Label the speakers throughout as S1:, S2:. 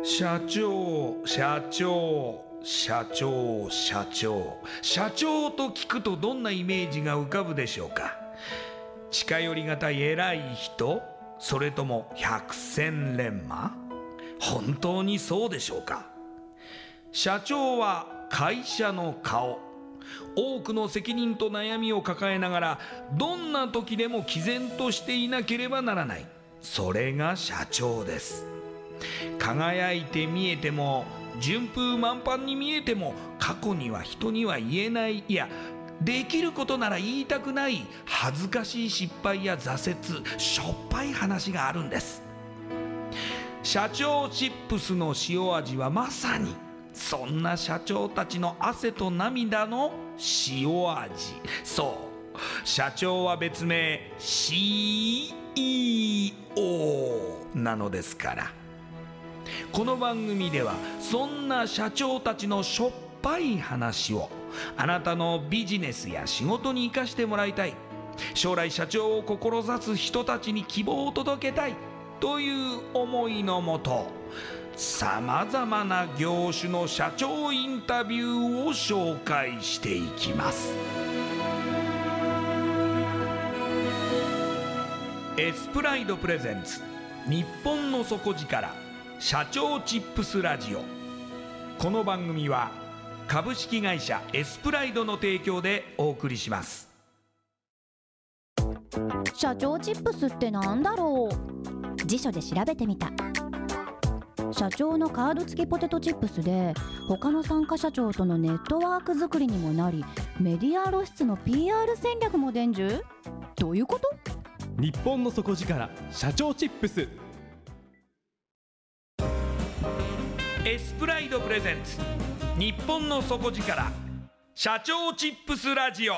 S1: 社長、社長、社長、社長、社長と聞くとどんなイメージが浮かぶでしょうか。近寄りがたい偉い人、それとも百戦錬磨。本当にそうでしょうか。社長は会社の顔。多くの責任と悩みを抱えながら、どんな時でも毅然としていなければならない。それが社長です。輝いて見えても、順風満帆に見えても、過去には人には言えない、いやできることなら言いたくない恥ずかしい失敗や挫折、しょっぱい話があるんです。社長チップスの塩味はまさにそんな社長たちの汗と涙の塩味。そう、社長は別名 CEO なのですから。この番組ではそんな社長たちのしょっぱい話をあなたのビジネスや仕事に生かしてもらいたい、将来社長を志す人たちに希望を届けたいという思いのもと、さまざまな業種の社長インタビューを紹介していきます。エスプライドプレゼンツ、日本の底力社長チップスラジオ。この番組は株式会社エスプライドの提供でお送りします。
S2: 社長チップスってなんだろう。辞書で調べてみた。社長のカード付きポテトチップスで、他の参加社長とのネットワーク作りにもなり、メディア露出の PR 戦略も伝授。どういうこと？
S3: 日本の底力社長チップス。
S1: エスプライドプレゼンツ、日本の底力社長チップスラジオ。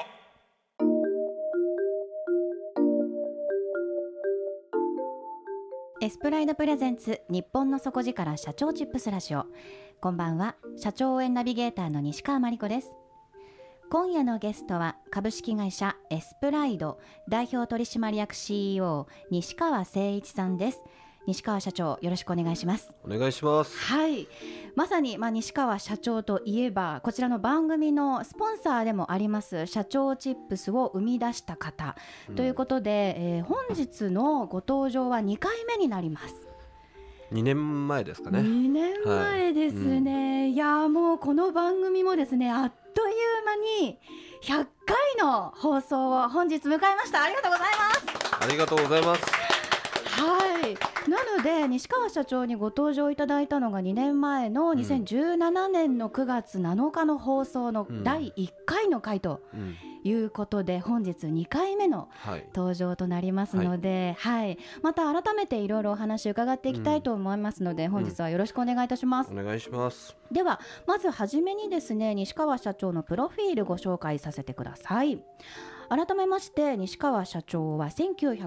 S2: エスプライドプレゼンツ日本の底力社長チップスラジオ。こんばんは、社長応援ナビゲーターの西川真理子です。今夜のゲストは株式会社エスプライド代表取締役 CEO 西川誠一さんです。西川社長、よろしくお願いします。
S4: お願いします。
S2: はい、まさに、西川社長といえば、こちらの番組のスポンサーでもあります社長チップスを生み出した方、ということで、本日のご登場は2回目になります。
S4: 2年前ですかね。
S2: 2年前ですね、いやもうこの番組もですね、あっという間に100回の放送を本日迎えました。ありがとうございます。
S4: ありがとうございます。
S2: はい、なので西川社長にご登場いただいたのが2年前の2017年の9月7日の放送の第1回の回ということで、本日2回目の登場となりますので、また改めていろいろお話を伺っていきたいと思いますので、本日はよろしくお願いいたします。
S4: お願いします。
S2: ではまずはじめにですね、西川社長のプロフィールご紹介させてください。改めまして、西川社長は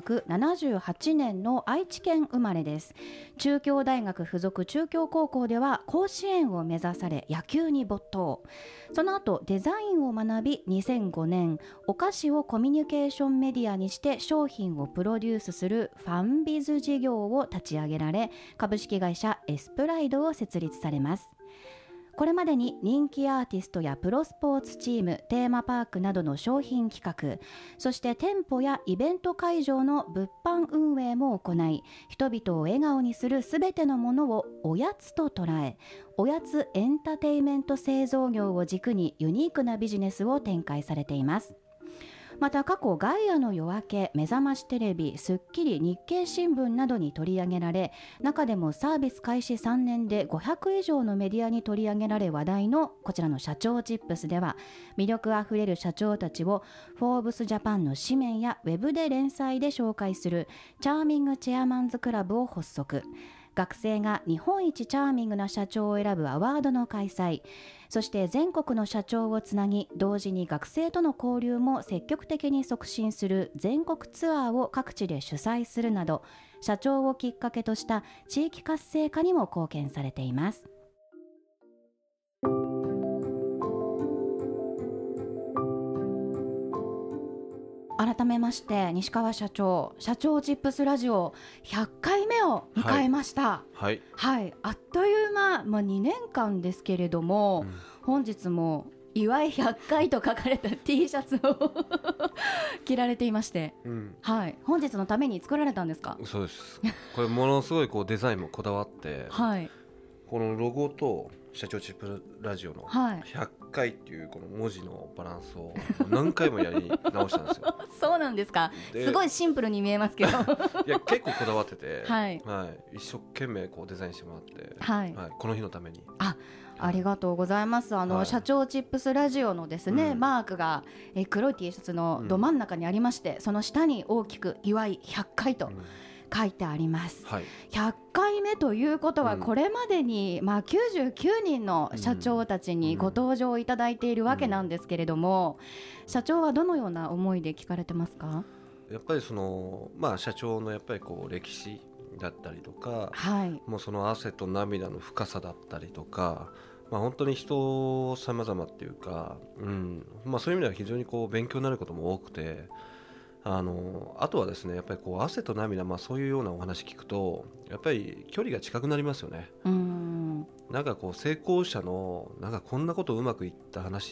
S2: 1978年の愛知県生まれです。中京大学附属中京高校では甲子園を目指され、野球に没頭。その後デザインを学び、2005年お菓子をコミュニケーションメディアにして商品をプロデュースするファンビズ事業を立ち上げられ、株式会社エスプライドを設立されます。これまでに人気アーティストやプロスポーツチーム、テーマパークなどの商品企画、そして店舗やイベント会場の物販運営も行い、人々を笑顔にするすべてのものをおやつと捉え、おやつエンターテイメント製造業を軸にユニークなビジネスを展開されています。また過去ガイアの夜明け、目覚ましテレビ、スッキリ、日経新聞などに取り上げられ、中でもサービス開始3年で500以上のメディアに取り上げられ話題のこちらの社長チップスでは、魅力あふれる社長たちをフォーブスジャパンの紙面やウェブで連載で紹介するチャーミングチェアマンズクラブを発足。学生が日本一チャーミングな社長を選ぶアワードの開催、そして全国の社長をつなぎ、同時に学生との交流も積極的に促進する全国ツアーを各地で主催するなど、社長をきっかけとした地域活性化にも貢献されています。 改めまして西川社長、社長チップスラジオ100回目を迎えました。
S4: はい、
S2: はい、あっという間、2年間ですけれども、本日も祝い100回と書かれた T シャツを着られていまして、はい、本日のために作られたんですか？
S4: そうです。これものすごいデザインもこだわって、
S2: はい、
S4: このロゴと社長チップラジオの100回っていうこの文字のバランスを何回もやり直したんですよ。
S2: そうなんですか？すごいシンプルに見えますけど
S4: いや結構こだわってて、
S2: はい
S4: 一生懸命デザインしてもらって、
S2: はい
S4: この日のために。
S2: ありがとうございます。社長チップスラジオのですね、マークが黒い T シャツのど真ん中にありまして、その下に大きく祝い100回と書いてあります。100回目ということは、これまでに99人の社長たちにご登場いただいているわけなんですけれども、社長はどのような思いで聞かれてますか？
S4: やっぱり社長のやっぱり歴史だったりとか、もうその汗と涙の深さだったりとか、本当に人様々っていうか、そういう意味では非常に勉強になることも多くて、あとはですね、やっぱり汗と涙、そういうようなお話聞くとやっぱり距離が近くなりますよね。なんか成功者のなんかこんなことうまくいった話って、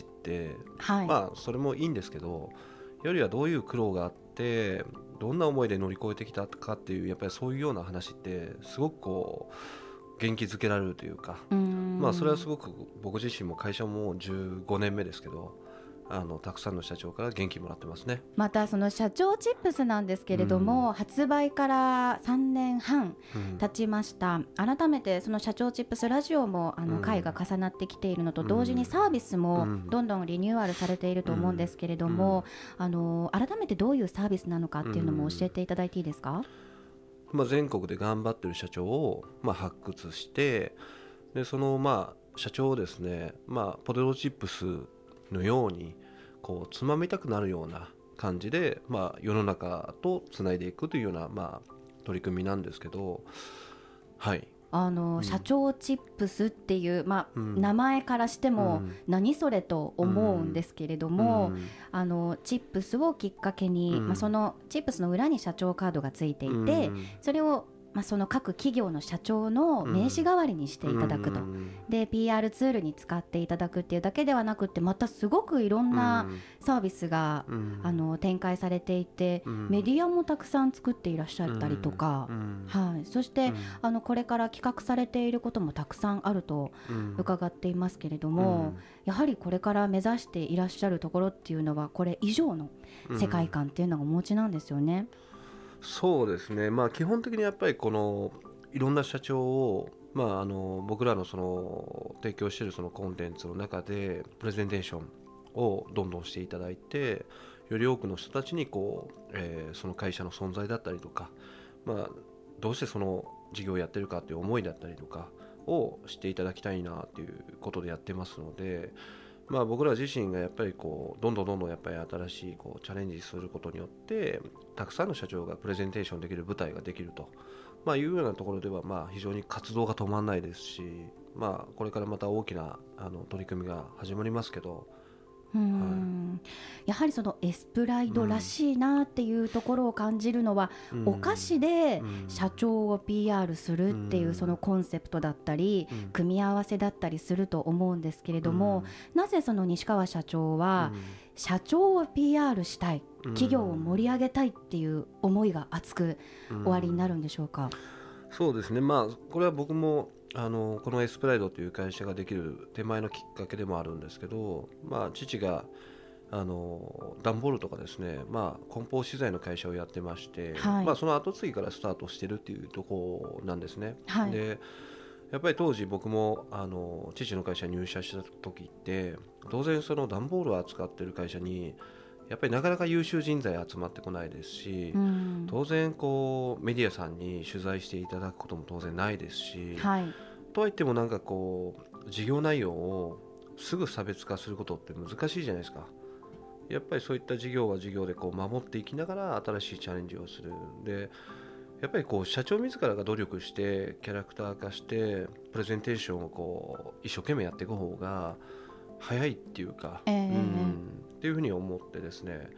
S4: それもいいんですけど、よりはどういう苦労があってどんな思いで乗り越えてきたかっていう、やっぱりそういうような話ってすごく元気づけられるというか、それはすごく僕自身も会社も15年目ですけど、たくさんの社長から元気もらってますね。ま
S2: たその社長チップスなんですけれども、発売から3年半経ちました。改めてその社長チップスラジオも回が重なってきているのと同時にサービスもどんどんリニューアルされていると思うんですけれども、改めてどういうサービスなのかっていうのも教えていただいていいですか？
S4: 全国で頑張ってる社長を発掘して、でその社長をですね、ポテトチップスのようにつまみたくなるような感じで、世の中とつないでいくというような、取り組みなんですけど、
S2: 社長チップスっていう、名前からしても何それと思うんですけれども、チップスをきっかけに、そのチップスの裏に社長カードがついていて、それをその各企業の社長の名刺代わりにしていただくと、で PR ツールに使っていただくっていうだけではなくて、またすごくいろんなサービスが、展開されていて、メディアもたくさん作っていらっしゃったりとか、そして、これから企画されていることもたくさんあると伺っていますけれども、やはりこれから目指していらっしゃるところっていうのはこれ以上の世界観っていうのがお持ちなんですよね。
S4: そうですね、基本的にやっぱりいろんな社長を、僕らの提供しているコンテンツの中でプレゼンテーションをどんどんしていただいて、より多くの人たちにその会社の存在だったりとか、どうしてその事業をやってるかという思いだったりとかを知っていただきたいなということでやってますので、僕ら自身がやっぱりどんどんやっぱり新しいチャレンジすることによってたくさんの社長がプレゼンテーションできる舞台ができると、いうようなところでは非常に活動が止まらないですし、これからまた大きな取り組みが始まりますけど、
S2: やはりそのエスプライドらしいなっていうところを感じるのは、お菓子で社長を PR するっていうそのコンセプトだったり、組み合わせだったりすると思うんですけれども、なぜその西川社長は社長を PR したい、企業を盛り上げたいっていう思いが熱くおありになるんでしょうか？
S4: そうですね、これは僕もこのエスプライドという会社ができる手前のきっかけでもあるんですけど、父が段ボールとかですね、梱包資材の会社をやってまして、その後継ぎからスタートしてるっていうところなんですね。でやっぱり当時僕も父の会社に入社した時って、当然その段ボールを扱ってる会社にやっぱりなかなか優秀人材集まってこないですし、当然メディアさんに取材していただくことも当然ないですし、とはいってもなんか事業内容をすぐ差別化することって難しいじゃないですか。やっぱりそういった事業は事業で守っていきながら新しいチャレンジをする。でやっぱり社長自らが努力してキャラクター化してプレゼンテーションを一生懸命やっていく方が早いっていうか、っていうふうに思ってですね、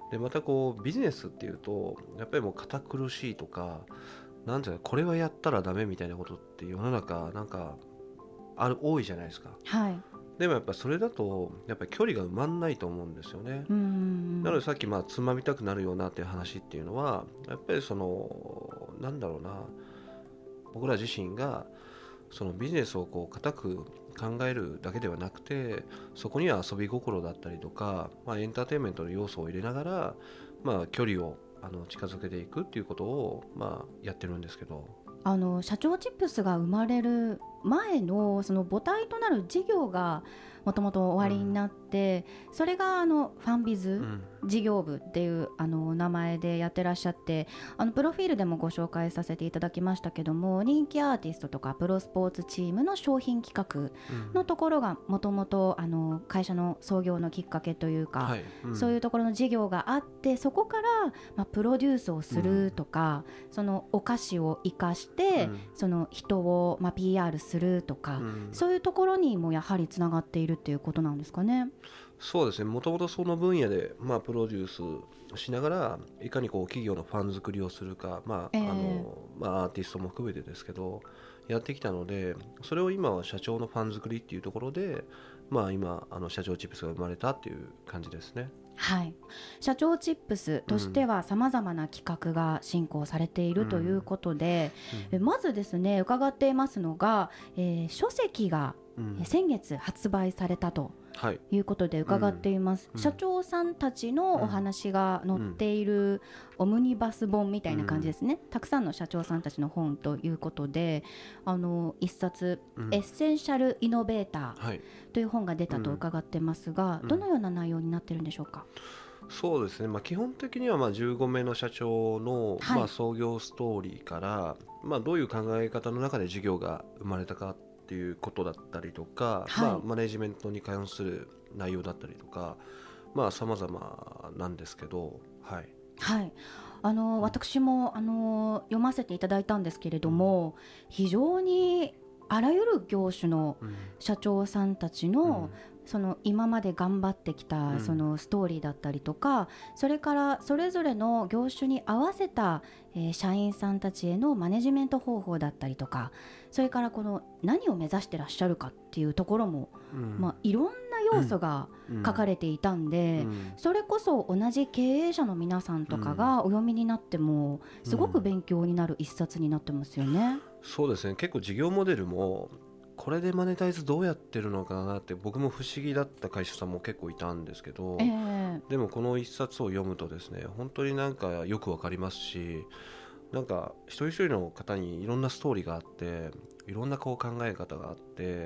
S4: でまたこうビジネスっていうとやっぱりもう堅苦しいとか、なんていうかこれはやったらダメみたいなことって世の中なんか多いじゃないですか。
S2: はい。
S4: でもやっぱそれだとやっぱり距離が埋まんないと思うんですよね。
S2: うん。
S4: なのでさっきつまみたくなるようなっていう話っていうのはやっぱりなんだろうな、僕ら自身がそのビジネスをこう固く考えるだけではなくて、そこには遊び心だったりとか、エンターテインメントの要素を入れながら、距離を近づけていくっていうことをやってるんですけど、
S2: 社長チップスが生まれる前のその母体となる事業がもともと終わりになって、それがファンビズ事業部っていう名前でやってらっしゃって、プロフィールでもご紹介させていただきましたけども、人気アーティストとかプロスポーツチームの商品企画のところがもともと会社の創業のきっかけというか、そういうところの事業があって、そこから、プロデュースをするとか、そのお菓子を生かして、その人を、PR するとか、そういうところにもやはりつながっているっていうことなんですかね。
S4: そうですね、もともとその分野で、プロデュースしながらいかにこう企業のファン作りをするか、アーティストも含めてですけどやってきたので、それを今は社長のファン作りっていうところで、今社長チップスが生まれたっていう感じですね。
S2: はい、社長チップスとしてはさまざまな企画が進行されているということで、まずですね伺っていますのが、書籍が先月発売されたということで伺っています、社長さんたちのお話が載っているオムニバス本みたいな感じですね、たくさんの社長さんたちの本ということで、一冊、エッセンシャルイノベーターという本が出たと伺ってますが、どのような内容になっているんでしょうか。
S4: そうですね、基本的には15名の社長の、創業ストーリーから、どういう考え方の中で事業が生まれたかっていうことだったりとか、マネジメントに関する内容だったりとか、様々なんですけど、はい、
S2: 私も読ませていただいたんですけれども、非常にあらゆる業種の社長さんたちの、その今まで頑張ってきたそのストーリーだったりとか、それからそれぞれの業種に合わせた、社員さんたちへのマネジメント方法だったりとか、それからこの何を目指してらっしゃるかっていうところも、いろんな要素が書かれていたんで、それこそ同じ経営者の皆さんとかがお読みになってもすごく勉強になる一冊になってますよね。
S4: そうですね、結構事業モデルもこれでマネタイズどうやってるのかなって僕も不思議だった会社さんも結構いたんですけど、でもこの一冊を読むとですね、本当になんかよくわかりますし、なんか一人一人の方にいろんなストーリーがあって、いろんなこう考え方があって、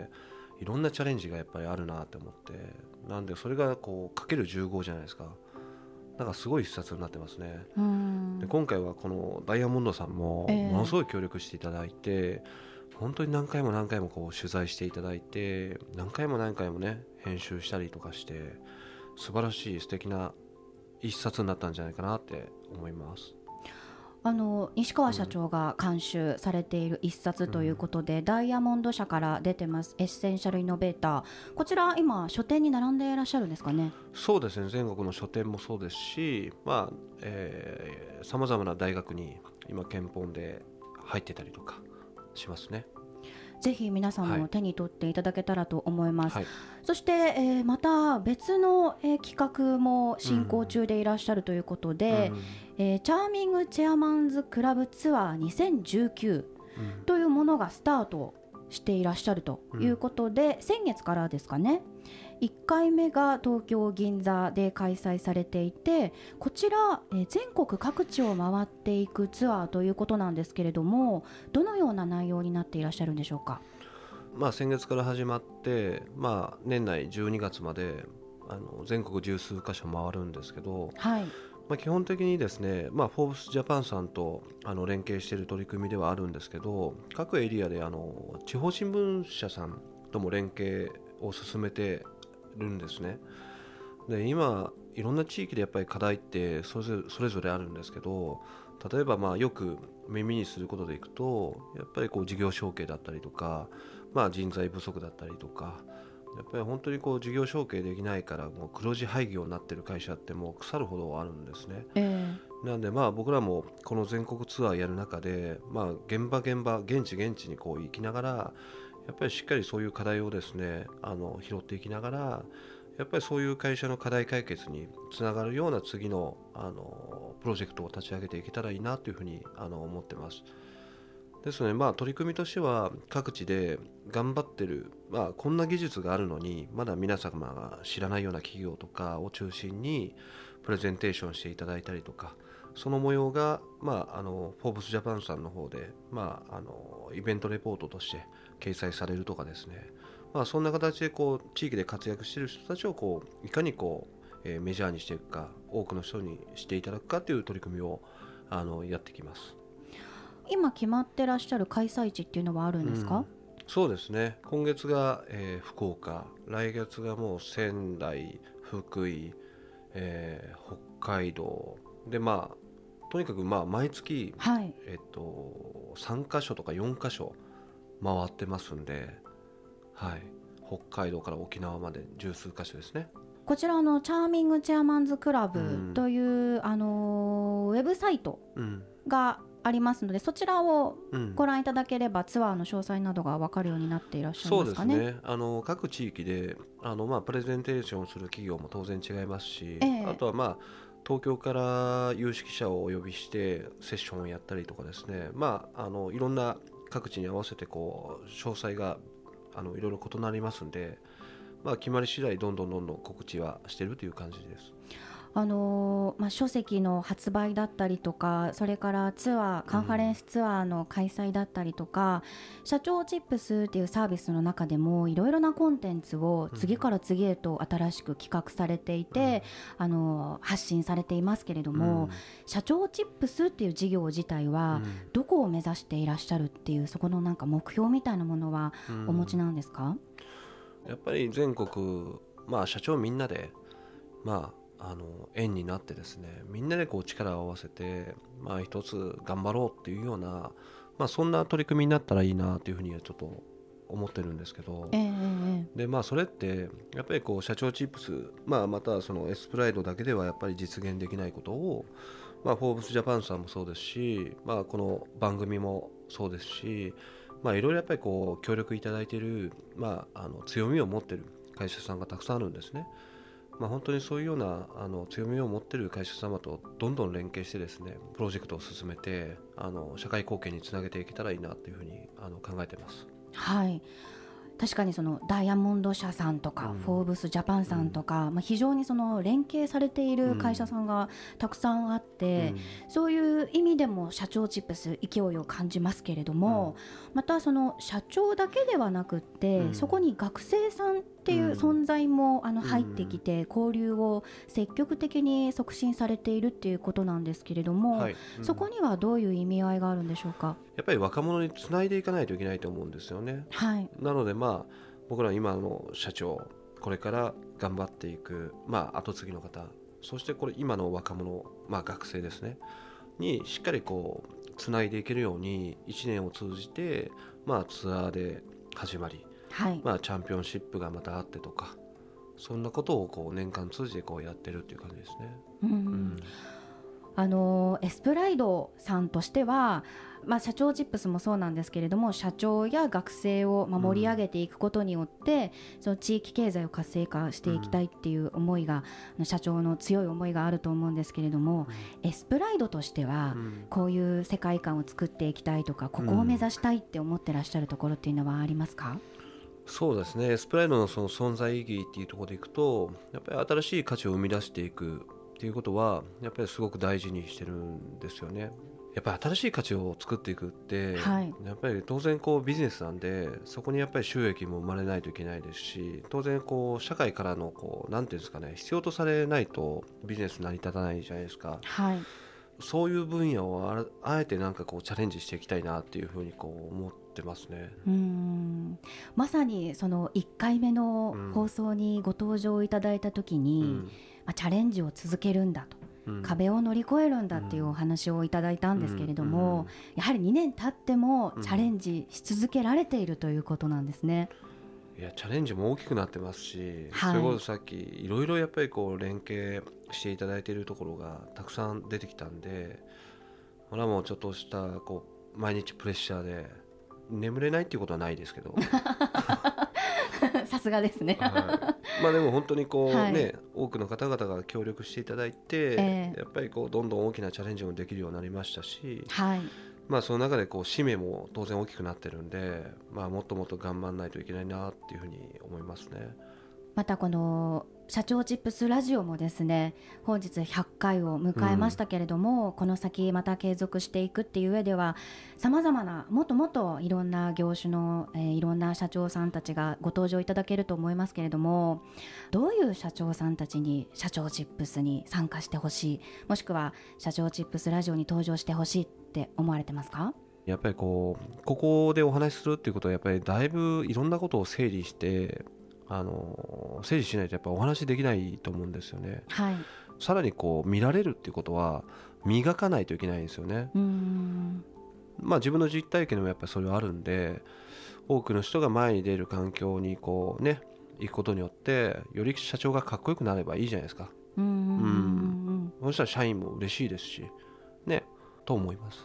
S4: いろんなチャレンジがやっぱりあるなって思って、なんでそれがこうかける15じゃないですか。なんかすごい一冊になってますね。で今回はこのダイヤモンドさんもものすごい協力していただいて、本当に何回も何回もこう取材していただいて、何回も何回もね編集したりとかして、素晴らしい素敵な一冊になったんじゃないかなって思います。
S2: 西川社長が監修されている一冊ということで、ダイヤモンド社から出てますエッセンシャルイノベーター、こちら今書店に並んでいらっしゃるんですかね。
S4: そうですね、全国の書店もそうですし、さまざまな大学に今憲法で入ってたりとかしますね。
S2: ぜひ皆さんも手に取っていただけたらと思います、そして、また別の、企画も進行中でいらっしゃるということで、チャーミングチェアマンズクラブツアー2019というものがスタートしていらっしゃるということで、先月からですかね、1回目が東京銀座で開催されていて、こちら、全国各地を回っていくツアーということなんですけれども、どのような内容になっていらっしゃるんでしょうか。
S4: 先月から始まって、年内12月まで全国十数カ所回るんですけど、基本的にですね、フォーブスジャパンさんと連携している取り組みではあるんですけど、各エリアで地方新聞社さんとも連携を進めてるんですね。で今いろんな地域でやっぱり課題ってそれぞれあるんですけど、例えばよく耳にすることでいくと、やっぱりこう事業承継だったりとか、人材不足だったりとか、 やっぱり本当にこう事業承継できないからもう黒字廃業になってる会社ってもう腐るほどあるんですね。なんで僕らもこの全国ツアーやる中で、現場現地にこう行きながらやっぱりしっかりそういう課題をですね拾っていきながらやっぱりそういう会社の課題解決につながるような次のプロジェクトを立ち上げていけたらいいなというふうに思ってます。ですので取り組みとしては各地で頑張ってる、こんな技術があるのにまだ皆様が知らないような企業とかを中心にプレゼンテーションしていただいたりとか、その模様が、フォーブスジャパンさんの方で、イベントレポートとして掲載されるとかですね、そんな形でこう地域で活躍している人たちをこういかにこう、メジャーにしていくか、多くの人にしていただくかという取り組みをやってきます。
S2: 今決まってらっしゃる開催地っていうのはあるんですか？
S4: そうですね、今月が、福岡、来月がもう仙台、福井、北海道で、とにかく毎月、3カ所とか4カ所回ってますんで、北海道から沖縄まで十数カ所ですね。
S2: こちらチャーミングチェアマンズクラブという、ウェブサイトがありますので、そちらをご覧いただければ、ツアーの詳細などが分かるようになっていらっしゃいますかね。
S4: そうですね、各地域でプレゼンテーションする企業も当然違いますし、あとは東京から有識者をお呼びしてセッションをやったりとかですね、いろんな各地に合わせてこう詳細がいろいろ異なりますんで、決まり次第どんどん告知はしているという感じです。
S2: 書籍の発売だったりとか、それからカンファレンスツアーの開催だったりとか、社長チップスっていうサービスの中でもいろいろなコンテンツを次から次へと新しく企画されていて、発信されていますけれども、社長チップスっていう事業自体はどこを目指していらっしゃるっていう、そこのなんか目標みたいなものはお持ちなんですか？
S4: やっぱり全国、社長みんなで円になってですね、みんなでこう力を合わせて、一つ頑張ろうっていうような、そんな取り組みになったらいいなというふうにはちょっと思ってるんですけど、でそれってやっぱりこう社長チップス、またそのエスプライドだけではやっぱり実現できないことを、フォーブスジャパンさんもそうですし、この番組もそうですし、いろいろやっぱりこう協力いただいている、強みを持っている会社さんがたくさんあるんですね。本当にそういうような強みを持っている会社様とどんどん連携してですね、プロジェクトを進めて社会貢献につなげていけたらいいなというふうに考えています。
S2: はい、確かにそのダイヤモンド社さんとか、フォーブスジャパンさんとか、非常にその連携されている会社さんがたくさんあって、そういう意味でも社長チップス勢いを感じますけれども、またその社長だけではなくって、そこに学生さんっていう存在も入ってきて、交流を積極的に促進されているっていうことなんですけれども、そこにはどういう意味合いがあるんでしょうか？
S4: やっぱり若者につないでいかないといけないと思うんですよね。なので僕ら今の社長、これから頑張っていく、後継ぎの方、そしてこれ今の若者、学生ですねにしっかりこうつないでいけるように1年を通じて、ツアーで始まり、チャンピオンシップがまたあってとか、そんなことをこう年間通じてこうやってるっていう感じですね。
S2: エスプライドさんとしては、社長チップスもそうなんですけれども、社長や学生を盛り上げていくことによって、その地域経済を活性化していきたいっていう思いが、社長の強い思いがあると思うんですけれども、エスプライドとしては、こういう世界観を作っていきたいとか、ここを目指したいって思ってらっしゃるところっていうのはありますか？
S4: そうですね、エスプライドのその存在意義っていうところでいくと、やっぱり新しい価値を生み出していくっていうことはやっぱりすごく大事にしてるんですよね。やっぱり新しい価値を作っていくって、やっぱり当然こうビジネスなんで、そこにやっぱり収益も生まれないといけないですし、当然こう社会からのこうなんていうんですかね、必要とされないとビジネス成り立たないじゃないですか。そういう分野をあえてなんかこうチャレンジしていきたいなっていうふうにこう思ってますね。
S2: まさにその1回目の放送にご登場いただいた時に、チャレンジを続けるんだと、壁を乗り越えるんだっていうお話をいただいたんですけれども、やはり2年経ってもチャレンジし続けられているということなんですね。
S4: いやチャレンジも大きくなってますし、
S2: はい、
S4: それこそさっきいろいろやっぱりこう連携していただいているところがたくさん出てきたんで、これはもうちょっとしたこう毎日プレッシャーで眠れないっていうことはないですけど
S2: さすがですね、
S4: はい、まあでも本当にこう、
S2: はい、
S4: ね、多くの方々が協力していただいて、やっぱりこうどんどん大きなチャレンジもできるようになりましたし、
S2: はい、
S4: まあ、その中でこう使命も当然大きくなってるんで、まあ、もっともっと頑張らないといけないなっていうふうに思いますね。
S2: またこの社長チップスラジオもですね、本日100回を迎えましたけれども、この先また継続していくっていう上ではさまざまなもっともっといろんな業種の、いろんな社長さんたちがご登場いただけると思いますけれども、どういう社長さんたちに社長チップスに参加してほしい、もしくは社長チップスラジオに登場してほしいって思われてますか？
S4: やっぱりここでお話しするっていうことはやっぱりだいぶいろんなことを整理して整理しないとやっぱお話できないと思うんですよね。
S2: はい、
S4: さらにこう見られるっていうことは磨かないといけないんですよね。まあ自分の実体験でもやっぱりそれはあるんで、多くの人が前に出る環境にこうね行くことによってより社長がかっこよくなればいいじゃないですか。そしたら社員も嬉しいですしねと思います。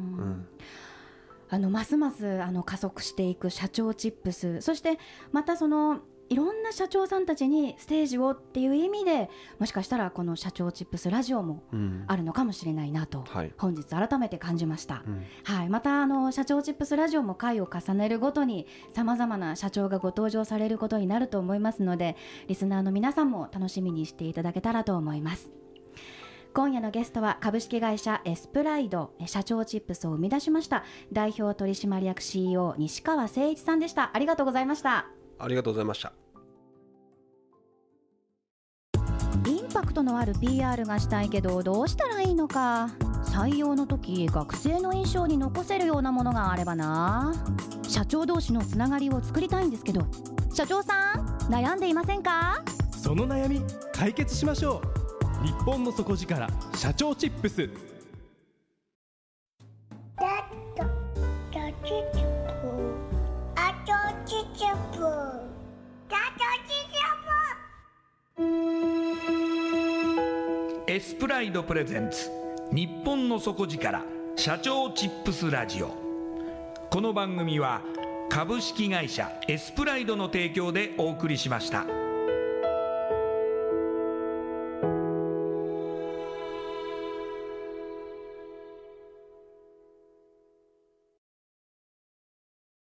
S2: ますます加速していく社長チップス、そしてまたそのいろんな社長さんたちにステージをっていう意味で、もしかしたらこの社長チップスラジオもあるのかもしれないなと、本日改めて感じました。はい、また社長チップスラジオも回を重ねるごとにさまざまな社長がご登場されることになると思いますので、リスナーの皆さんも楽しみにしていただけたらと思います。今夜のゲストは株式会社エスプライド社長チップスを生み出しました代表取締役 CEO 西川誠一さんでした。ありがとうございました。
S4: ありがとうございました。
S2: インパクトのある PR がしたいけどどうしたらいいのか。採用の時学生の印象に残せるようなものがあればな。社長同士のつながりを作りたいんですけど、社長さん悩んでいませんか？
S3: その悩み解決しましょう。日本の底力社長チップス。
S1: エスプライドプレゼンツ日本の底力社長チップスラジオ。この番組は株式会社エスプライドの提供でお送りしました。